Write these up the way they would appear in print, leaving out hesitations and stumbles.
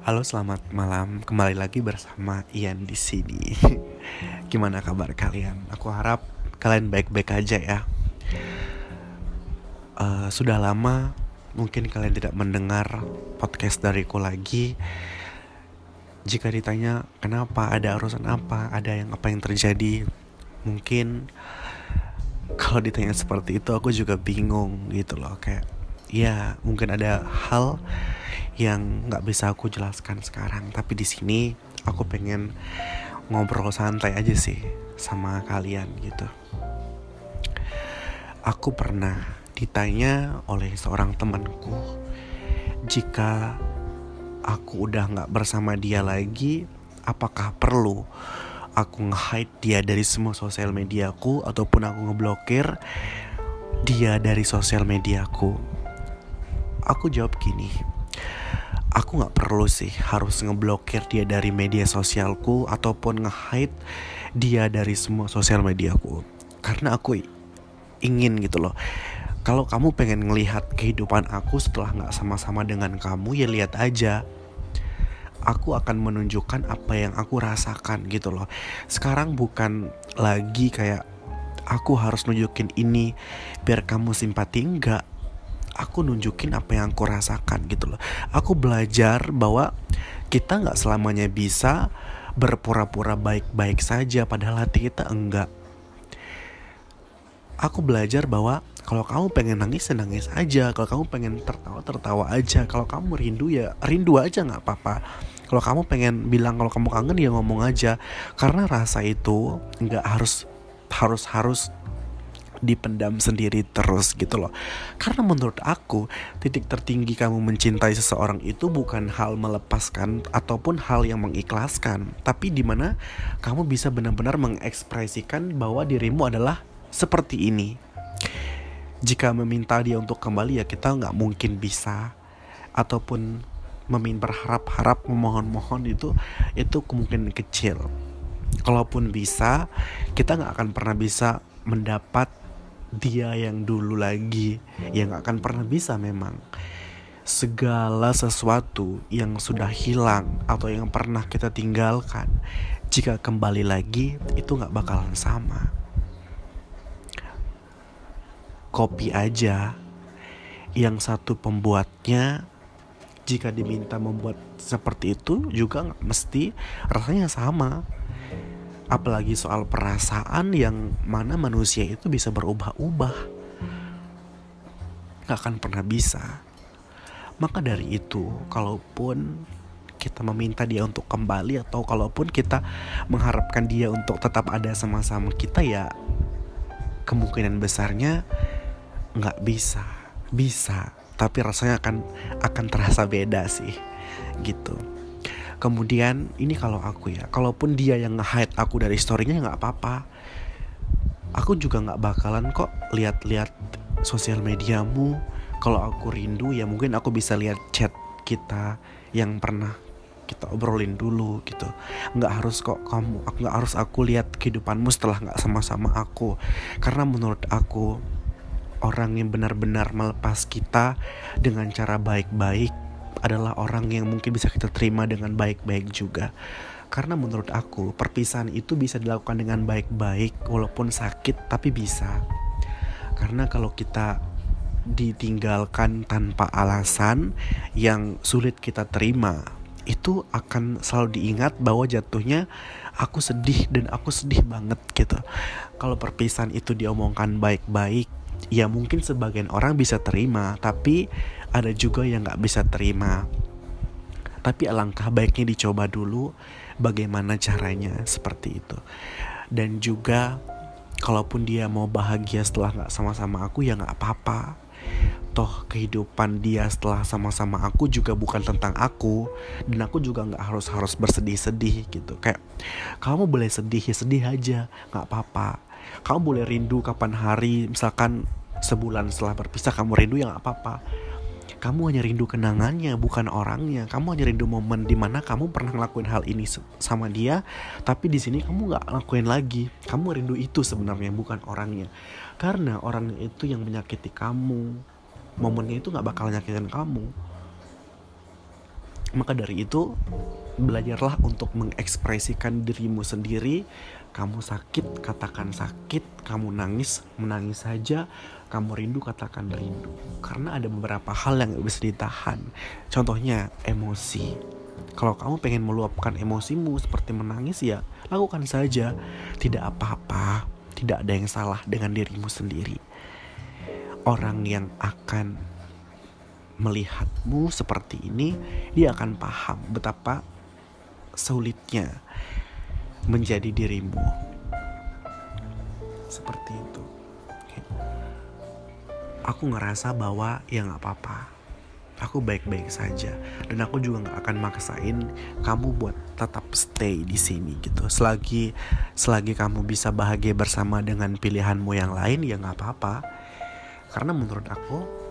Halo, selamat malam. Kembali lagi bersama Ian di sini. Gimana kabar kalian? Aku harap kalian baik-baik aja ya. Sudah lama mungkin kalian tidak mendengar podcast dariku lagi. Jika ditanya kenapa, ada urusan apa, apa yang terjadi, mungkin kalau ditanya seperti itu aku juga bingung gitu loh. Kayak ya mungkin ada hal yang nggak bisa aku jelaskan sekarang, tapi di sini aku pengen ngobrol santai aja sih sama kalian gitu. Aku pernah ditanya oleh seorang temanku, jika aku udah nggak bersama dia lagi, apakah perlu aku nge-hide dia dari semua sosial mediaku ataupun aku ngeblokir dia dari sosial mediaku. Aku jawab gini, aku gak perlu sih harus ngeblokir dia dari media sosialku ataupun nge-hide dia dari semua sosial mediaku. Karena aku ingin gitu loh, kalau kamu pengen ngelihat kehidupan aku setelah gak sama-sama dengan kamu, ya lihat aja. Aku akan menunjukkan apa yang aku rasakan gitu loh. Sekarang bukan lagi kayak aku harus nunjukin ini biar kamu simpati, enggak. Aku nunjukin apa yang aku rasakan gitu loh. Aku belajar bahwa kita gak selamanya bisa berpura-pura baik-baik saja padahal hati kita enggak. Aku belajar bahwa kalau kamu pengen nangis ya nangis aja, kalau kamu pengen tertawa tertawa aja, kalau kamu rindu ya rindu aja, gak apa-apa. Kalau kamu pengen bilang kalau kamu kangen ya ngomong aja. Karena rasa itu gak harus dipendam sendiri terus gitu loh. Karena menurut aku titik tertinggi kamu mencintai seseorang itu bukan hal melepaskan ataupun hal yang mengikhlaskan, tapi dimana kamu bisa benar-benar mengekspresikan bahwa dirimu adalah seperti ini. Jika meminta dia untuk kembali ya kita gak mungkin bisa, ataupun berharap-harap memohon-mohon itu kemungkinan kecil. Kalaupun bisa, kita gak akan pernah bisa mendapat dia yang dulu lagi. Yang gak akan pernah bisa memang. Segala sesuatu yang sudah hilang atau yang pernah kita tinggalkan, jika kembali lagi itu gak bakalan sama. Kopi aja, yang satu pembuatnya jika diminta membuat seperti itu juga gak mesti rasanya sama. Apalagi soal perasaan yang mana manusia itu bisa berubah-ubah, gak akan pernah bisa. Maka dari itu, kalaupun kita meminta dia untuk kembali atau kalaupun kita mengharapkan dia untuk tetap ada sama-sama kita, ya kemungkinan besarnya gak bisa. Bisa, tapi rasanya akan terasa beda sih gitu. Kemudian ini kalau aku ya, kalaupun dia yang nge-hide aku dari story-nya ya gak apa-apa. Aku juga gak bakalan kok lihat-lihat sosial mediamu. Kalau aku rindu ya mungkin aku bisa lihat chat kita yang pernah kita obrolin dulu gitu. Gak harus kok aku lihat kehidupanmu setelah gak sama-sama aku. Karena menurut aku, orang yang benar-benar melepas kita dengan cara baik-baik adalah orang yang mungkin bisa kita terima dengan baik-baik juga. Karena menurut aku perpisahan itu bisa dilakukan dengan baik-baik, walaupun sakit tapi bisa. Karena kalau kita ditinggalkan tanpa alasan yang sulit kita terima, itu akan selalu diingat bahwa jatuhnya aku sedih dan aku sedih banget gitu. Kalau perpisahan itu diomongkan baik-baik, ya mungkin sebagian orang bisa terima, tapi ada juga yang gak bisa terima. Tapi alangkah baiknya dicoba dulu bagaimana caranya seperti itu. Dan juga kalaupun dia mau bahagia setelah gak sama-sama aku ya gak apa-apa. Toh kehidupan dia setelah sama-sama aku juga bukan tentang aku. Dan aku juga gak harus bersedih-sedih gitu. Kayak kamu boleh sedih ya sedih aja, gak apa-apa. Kamu boleh rindu kapan hari, misalkan sebulan setelah berpisah kamu rindu ya gak apa-apa. Kamu hanya rindu kenangannya, bukan orangnya. Kamu hanya rindu momen dimana kamu pernah ngelakuin hal ini sama dia, tapi di sini kamu gak ngelakuin lagi. Kamu rindu itu sebenarnya, bukan orangnya. Karena orangnya itu yang menyakiti kamu, momennya itu gak bakal nyakitin kamu. Maka dari itu, belajarlah untuk mengekspresikan dirimu sendiri. Kamu sakit, katakan sakit. Kamu nangis, menangis saja. Kamu rindu, katakan rindu. Karena ada beberapa hal yang gak bisa ditahan. Contohnya emosi. Kalau kamu pengen meluapkan emosimu seperti menangis, ya lakukan saja. Tidak apa-apa. Tidak ada yang salah dengan dirimu sendiri. Orang yang akan melihatmu seperti ini, dia akan paham betapa sulitnya menjadi dirimu. Seperti itu. Aku ngerasa bahwa ya gak apa-apa, aku baik-baik saja, dan aku juga gak akan maksain kamu buat tetap stay di sini gitu. Selagi kamu bisa bahagia bersama dengan pilihanmu yang lain, ya gak apa-apa. Karena menurut aku,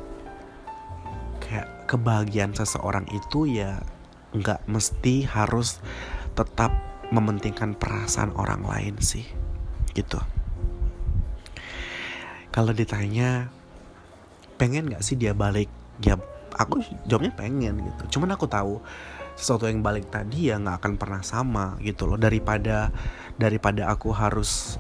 kayak kebahagiaan seseorang itu ya nggak mesti harus tetap mementingkan perasaan orang lain sih, gitu. Kalau ditanya pengen nggak sih dia balik, ya aku jawabnya pengen gitu. Cuman aku tahu sesuatu yang balik tadi ya nggak akan pernah sama gitu loh. Daripada aku harus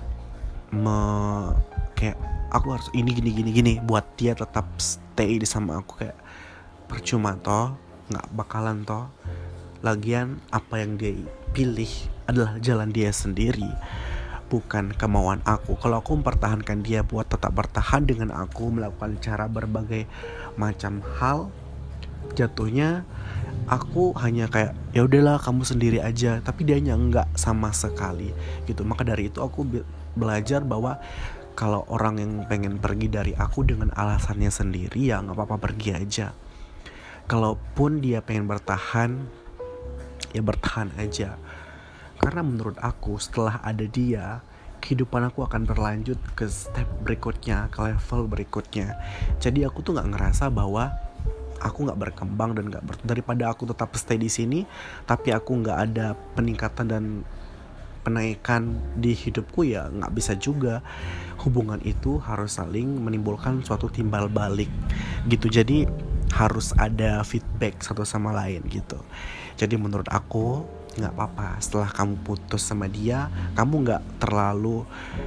kayak aku harus ini gini buat dia tetap stay di sama aku, kayak percuma toh, nggak bakalan toh. Lagian apa yang dia pilih adalah jalan dia sendiri, bukan kemauan aku. Kalau aku mempertahankan dia buat tetap bertahan dengan aku, melakukan cara berbagai macam hal, jatuhnya aku hanya kayak ya udahlah kamu sendiri aja, tapi dia nggak sama sekali gitu. Maka dari itu aku belajar bahwa kalau orang yang pengen pergi dari aku dengan alasannya sendiri, ya nggak apa-apa, pergi aja. Kalaupun dia pengen bertahan, ya bertahan aja. Karena menurut aku setelah ada dia, kehidupan aku akan berlanjut ke step berikutnya, ke level berikutnya. Jadi aku tuh nggak ngerasa bahwa aku nggak berkembang dan daripada aku tetap stay di sini, tapi aku nggak ada peningkatan dan penaikan di hidupku, ya nggak bisa juga. Hubungan itu harus saling menimbulkan suatu timbal balik gitu. Jadi harus ada feedback satu sama lain gitu. Jadi menurut aku nggak apa-apa setelah kamu putus sama dia, kamu nggak terlalu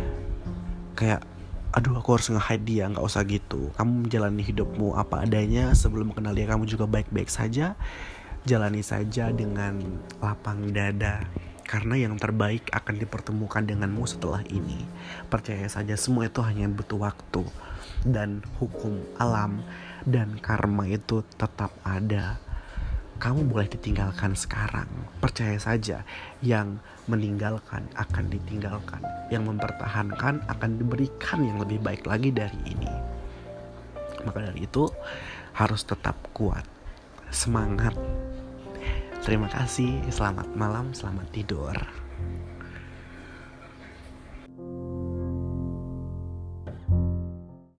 kayak aduh aku harus nge-hide dia, nggak usah gitu. Kamu menjalani hidupmu apa adanya. Sebelum kenal dia kamu juga baik-baik saja. Jalani saja dengan lapang dada, karena yang terbaik akan dipertemukan denganmu setelah ini. Percaya saja, semua itu hanya butuh waktu. Dan hukum alam dan karma itu tetap ada. Kamu boleh ditinggalkan sekarang, percaya saja. Yang meninggalkan akan ditinggalkan, yang mempertahankan akan diberikan yang lebih baik lagi dari ini. Maka dari itu harus tetap kuat, semangat. Terima kasih, selamat malam, selamat tidur.